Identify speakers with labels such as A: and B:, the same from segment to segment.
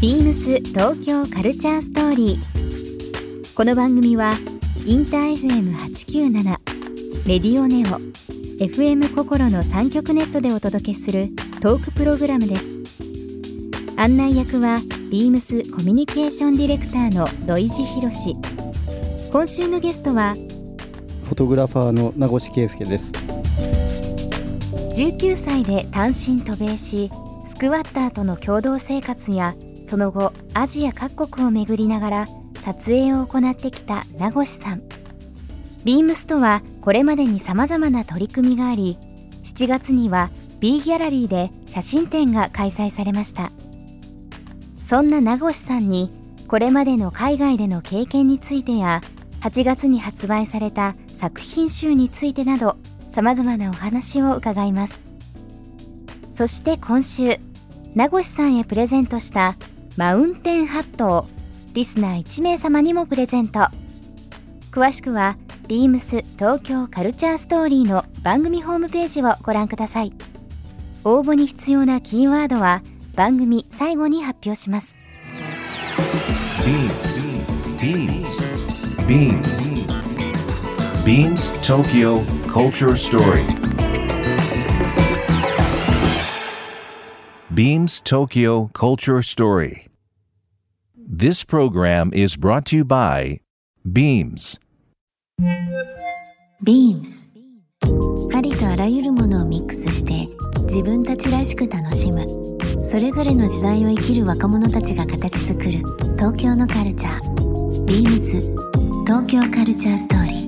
A: ビームス東京カルチャーストーリー。この番組はインター FM897 レディオネオ FM 心の3極ネットでお届けするトークプログラムです。案内役はビームスコミュニケーションディレクターの土井博志。今週のゲストは
B: フォトグラファーの名越圭介です。
A: 19歳で単身渡米し、スクワッターとの共同生活やその後アジア各国を巡りながら撮影を行ってきた名越さん。ビームスとはこれまでに様々な取り組みがあり、7月には B ギャラリーで写真展が開催されました。そんな名越さんにこれまでの海外での経験についてや、8月に発売された作品集についてなど様々なお話を伺います。そして今週、名越さんへプレゼントしたマウンテンハットをリスナー1名様にもプレゼント。詳しくはビームス東京カルチャーストーリーの番組ホームページをご覧ください。応募に必要なキーワードは番組最後に発表します。
C: Beams Tokyo Culture Story. Beams Tokyo Culture Story. This program is brought to you by Beams.
D: Beams ありとあらゆるものをミックスして自分たちらしく楽しむ、それぞれの時代を生きる若者たちが形作る東京のカルチャー。 Beams 東京カルチャーストーリー。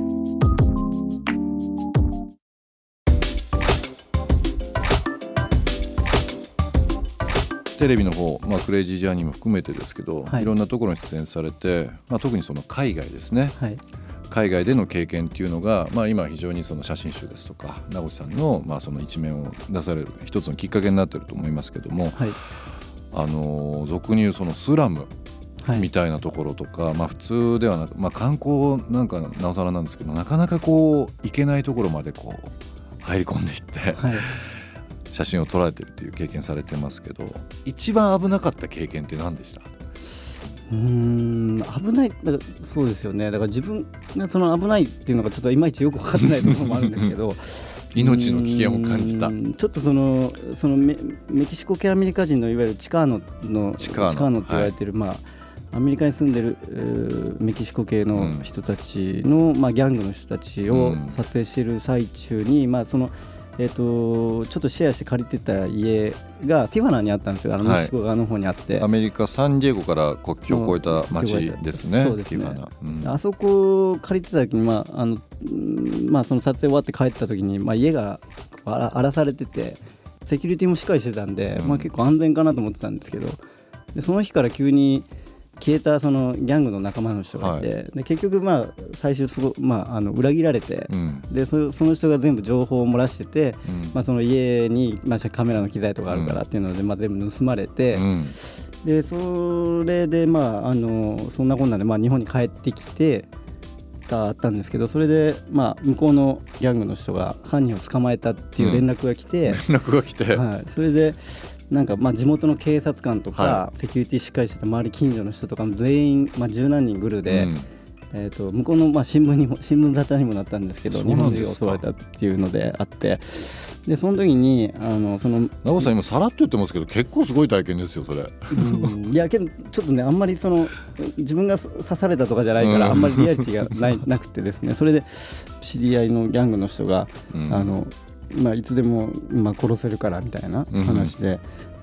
E: テレビの方、クレイジージャーニーも含めてですけど、いろんなところに出演されて、特にその海外ですね、海外での経験っていうのが、今非常にその写真集ですとか名越さんの、その一面を出される一つのきっかけになっていると思いますけども、俗に言うそのスラムみたいなところとか、普通ではなく、観光なんかなおさらなんですけど、なかなかこう行けないところまでこう入り込んでいって、写真を撮られてるっていう経験されてますけど、一番危なかった経験って何でした？
B: 危ない、だからそうですよね。だから自分がその危ないっていうのがちょっといまいちよく分かってないところもあるんですけど
E: 命の危険を感じた。
B: ちょっとそのメキシコ系アメリカ人のいわゆるチカーノって言われてる、アメリカに住んでるメキシコ系の人たちの、ギャングの人たちを撮影している最中に、ちょっとシェアして借りてた家がティファナにあったんですよ。メキシコ側の方にあって、
E: アメリカサンディエゴから国境を越えた町ですね。
B: そうですね。
E: ティファナ、
B: あそこを借りてた時に、その撮影終わって帰った時に、家が荒らされててセキュリティもしっかりしてたんで、結構安全かなと思ってたんですけど、でその日から急に消えたそのギャングの仲間の人がいて、で結局最終裏切られて、でその人が全部情報を漏らしてて、その家に、カメラの機材とかあるからっていうので、全部盗まれて、でそれでそんなこんなで日本に帰ってきてあったんですけど、それで向こうのギャングの人が犯人を捕まえたっていう連絡が来て、それでなんか地元の警察官とか、セキュリティしっかりしてた周り近所の人とかも全員、十何人グルで、向こうの新聞沙汰にもなったんですけど、日本人が襲われたっていうのであって、でその時に名
E: 越さん今さらっと言ってますけど、結構すごい体験ですよそれ。
B: いやけどちょっとね、あんまり自分が刺されたとかじゃないから、あんまりリアリティがなくてですね、それで知り合いのギャングの人が、いつでも殺せるからみたいな話で、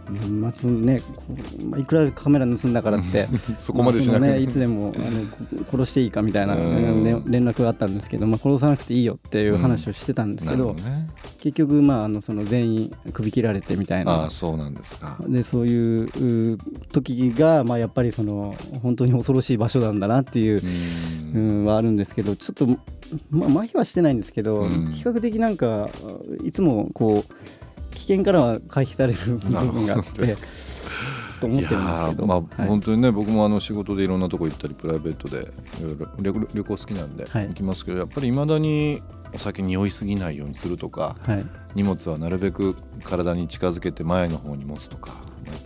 B: いくらカメラ盗んだからって
E: そこまでしなくて、
B: いつでも殺していいかみたいな、連絡があったんですけど、殺さなくていいよっていう話をしてたんですけど、結局その全員首切られてみたいな。
E: そうなんですか。
B: でそういう時が、やっぱり本当に恐ろしい場所なんだなっていうはあるんですけど、ちょっと麻痺はしてないんですけど、比較的なんかいつもこう危険からは回避される部分があってと思ってるんですけど、
E: 本当にね、僕も仕事でいろんなとこ行ったりプライベートでいろいろ旅行好きなんで行きますけど、やっぱり未だにお酒に酔いすぎないようにするとか、荷物はなるべく体に近づけて前の方に持つとか、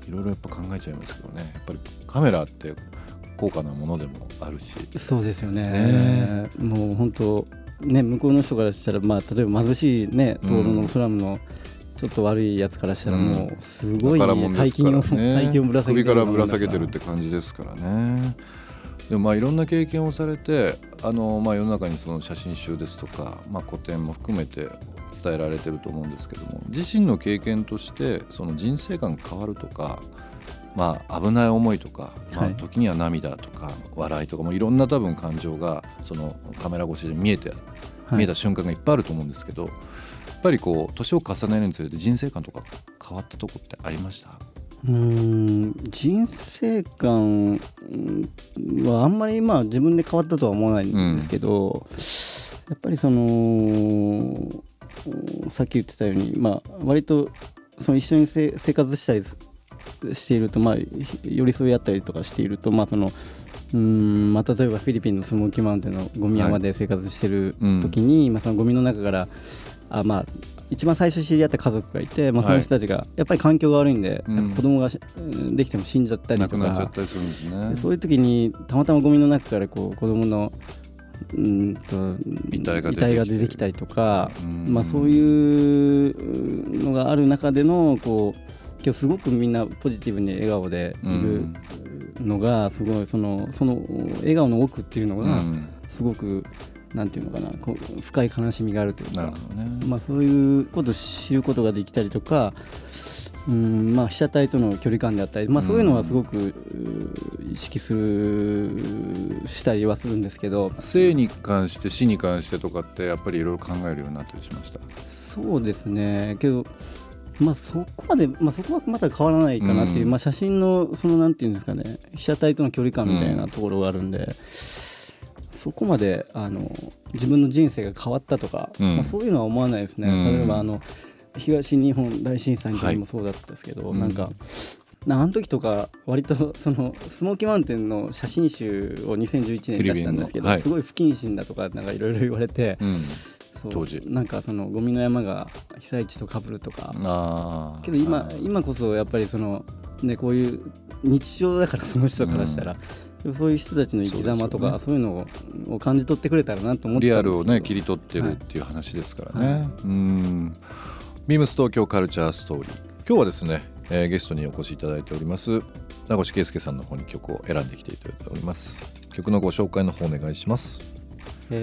E: いろいろやっぱ考えちゃいますけどね。やっぱりカメラって高価なものでもあるし。
B: そうですよね。もう本当ね、向こうの人からしたら、まあ、例えば貧しいね道路のスラムのちょっと悪いやつからしたらもうすごい大金をぶら下げてる、
E: 首からぶら下げてるって感じですからね。でもまあいろんな経験をされて、まあ世の中にその写真集ですとか、まあ、古典も含めて伝えられてると思うんですけども、自身の経験としてその人生観が変わるとか、まあ、危ない思いとか、まあ、時には涙とか笑いとかもいろんな多分感情がそのカメラ越しで見えた瞬間がいっぱいあると思うんですけど、やっぱりこう年を重ねるにつれて人生観とか変わったとこってありました？
B: 人生観はあんまりまあ自分で変わったとは思わないんですけど、やっぱりそのさっき言ってたように、まあ、割とその一緒に生活したりしていると、まあ、寄り添い合ったりとかしていると、まあそのまあ、例えばフィリピンのスモーキーマウンテンのゴミ山で生活している時に、まあ、そのゴミの中からまあ一番最初知り合った家族がいて、まあ、その人たちがやっぱり環境が悪いんで、子供ができても死んじゃったりとか、
E: 亡くなっちゃったりするんですね。
B: そういう時にたまたまゴミの中からこう子供の遺体が出てきたりとか、まあ、そういうのがある中でのこう今日すごくみんなポジティブに笑顔でいるのがすごいその笑顔の奥っていうのがすごくなんていうのかな、こう深い悲しみがあるというか、まあ、そういうことを知ることができたりとか、まあ、被写体との距離感であったり、まあ、そういうのはすごく意識したりはするんですけど、
E: 生に関して死に関してとかってやっぱりいろいろ考えるようになったりしました？
B: そうですね、けどまあ、そこはまた変わらないかなっていう、まあ、写真のそのなんていうんですかね、被写体との距離感みたいなところがあるんで、そこまで自分の人生が変わったとか、まあ、そういうのは思わないですね。例えば東日本大震災の時もそうだったんですけど、なんかあの時とか割とそのスモーキーマウンテンの写真集を2011年に出したんですけど、すごい不謹慎だとかなんかいろいろ言われて、当時なんかそのゴミの山が被災地と被るとか、けど今こそやっぱりその、ね、こういう日常だからその人からしたら、そういう人たちの生き様とかそういうのを感じ取ってくれたらなと思ってたんですけど、
E: リアルをね切り取ってるっていう話ですからね。ビームス東京カルチャーストーリー、今日はですね、ゲストにお越しいただいております名越啓介さんの方に曲を選んできていただいております。曲のご紹介の方お願いします。
B: The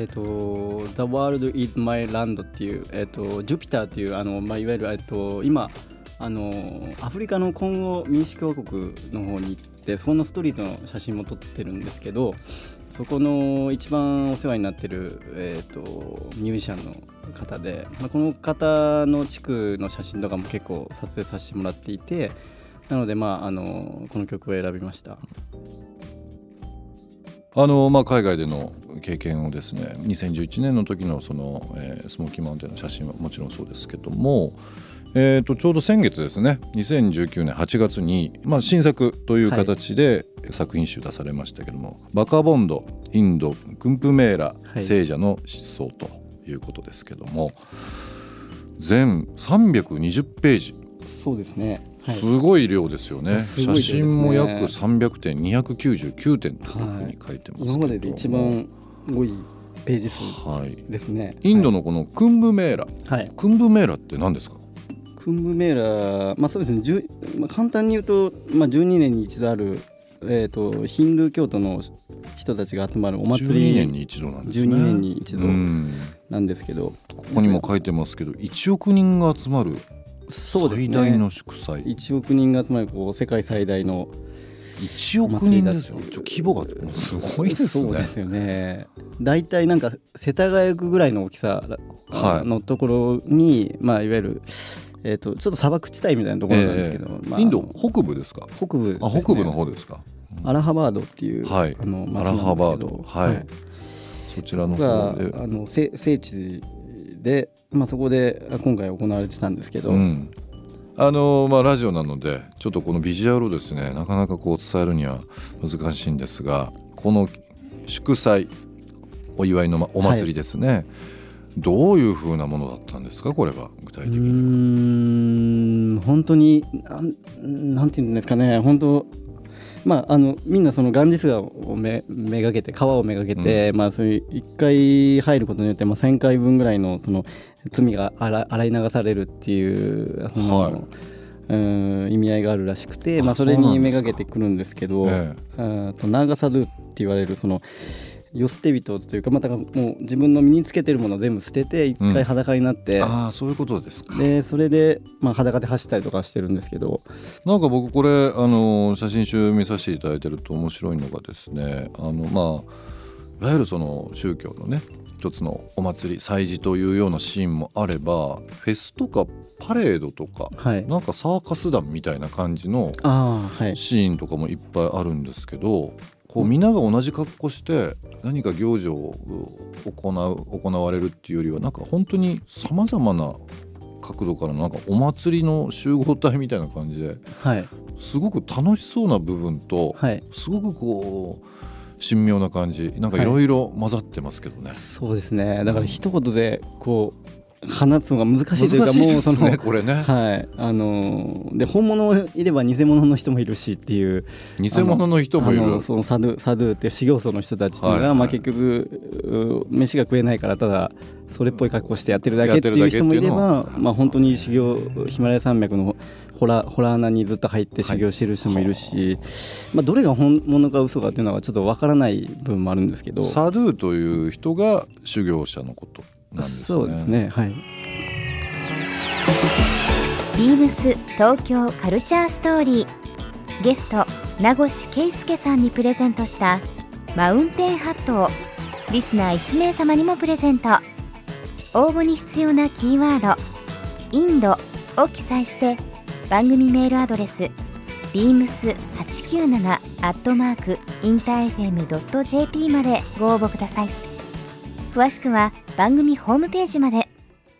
B: World is My Land っていう、ジュピターっていうまあ、いわゆる今アフリカのコンゴ民主共和国の方に行って、そこのストリートの写真も撮ってるんですけど、そこの一番お世話になってる、ミュージシャンの方で、まあ、この方の地区の写真とかも結構撮影させてもらっていて、なので、まあ、この曲を選びました。
E: まあ、海外での経験をですね、2011年の時のその、スモーキーマウンテンの写真はもちろんそうですけども、ちょうど先月ですね、2019年8月に、まあ、新作という形で作品集出されましたけども、バカボンドインドクンプメーラ聖者の失踪ということですけども、全320ページ。
B: そうですね、
E: すごい量ですよね。写真も約300点299点というふうに書いてますけど、
B: 今までで一番多いページ数ですね。
E: インドのこのクンブメーラ、クンブメーラって何ですか？
B: クンブメーラ、まあそうですね、まあ、簡単に言うと、まあ、12年に一度ある、ヒンドゥー教徒の人たちが集まるお祭り、
E: 12年に一度なんですね。
B: 12年に一度なんですけど、
E: ここにも書いてますけど1億人が集まる最大の祝祭、
B: 1億人が集まるこう世界最大の
E: 1億人ですよ。規模がすごいですね。
B: そうですよね。だいたいなんか世田谷区ぐらいの大きさのところに、まあ、いわゆるちょっと砂漠地帯みたいなところなんですけど、
E: インド北部ですか？
B: 北部ですね。
E: 北部の方ですか？
B: アラハバードっていう、
E: アラハバード、そちらの方
B: で聖地で、まあ、そこで今回行われてたんですけど、
E: まあ、ラジオなのでちょっとこのビジュアルをですねなかなかこう伝えるには難しいんですが、この祝祭お祝いのお祭りですね、どういう風なものだったんですか？これは具体的に。
B: 本当になんていうんですかね、本当みんなそのガンジス川をめがけて川をめがけて、そういう1回入ることによって、1000回分ぐらいのその罪が洗い流されるっていう意味合いがあるらしくて、それにめがけてくるんですけど、ナーガサドゥって言われるその世捨て人というか、だからもう自分の身につけてるものを全部捨てて一回裸になって、
E: そういうことですか。
B: でそれで、裸で走ったりとかしてるんですけど、
E: なんか僕これ写真集見させていただいてると面白いのがですね、いわゆるその宗教のね一つのお祭り祭事というようなシーンもあれば、フェスとかパレードとか、なんかサーカス団みたいな感じのシーンとかもいっぱいあるんですけど、こうみんなが同じ格好して何か行事を行われるっていうよりは、なんか本当にさまざまな角度からなんかお祭りの集合体みたいな感じで、すごく楽しそうな部分と、すごくこう神妙な感じ、なんかいろいろ混ざってますけどね。
B: そうですね。だから一言でこう放つのが難しいというか、
E: もうそのこれね、
B: で本物いれば偽物の人もいるしっていう、
E: 偽物の人もいる、
B: そのサドゥっていう修行僧の人たちっていうのが、結局飯が食えないからただそれっぽい格好してやってるだけっていう人もいれば、本当に修行ヒマラヤ山脈のホラ穴にずっと入って修行してる人もいるし、どれが本物か嘘かっていうのはちょっとわからない部分もあるんですけど、
E: サドゥという人が修行者のことなんですね。
B: そうですね。
A: ビームス東京カルチャーストーリー、ゲスト名越圭介さんにプレゼントしたマウンテンハットをリスナー1名様にもプレゼント。応募に必要なキーワードインドを記載して番組メールアドレス beams897@interfm.jp までご応募ください。詳しくは番組ホームページまで。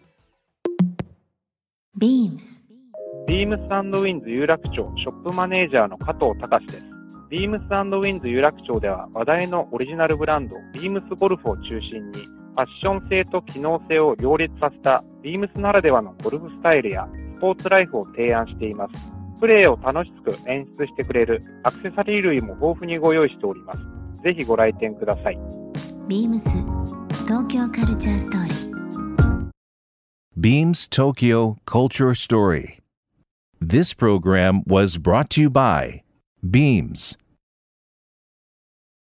D: ビームス
F: ウィンズ有楽町ショップマネージャーの加藤隆です。ビームス&ウィンズ有楽町では話題のオリジナルブランドビームスゴルフを中心にファッション性と機能性を両立させたビームスならではのゴルフスタイルやスポーツライフを提案しています。プレーを楽しく演出してくれるアクセサリー類も豊富にご用意しております。ぜひご来店ください。
D: ビームス東京カルチャーストーリー。
C: Beams Tokyo Culture Story. This program was brought to you by Beams.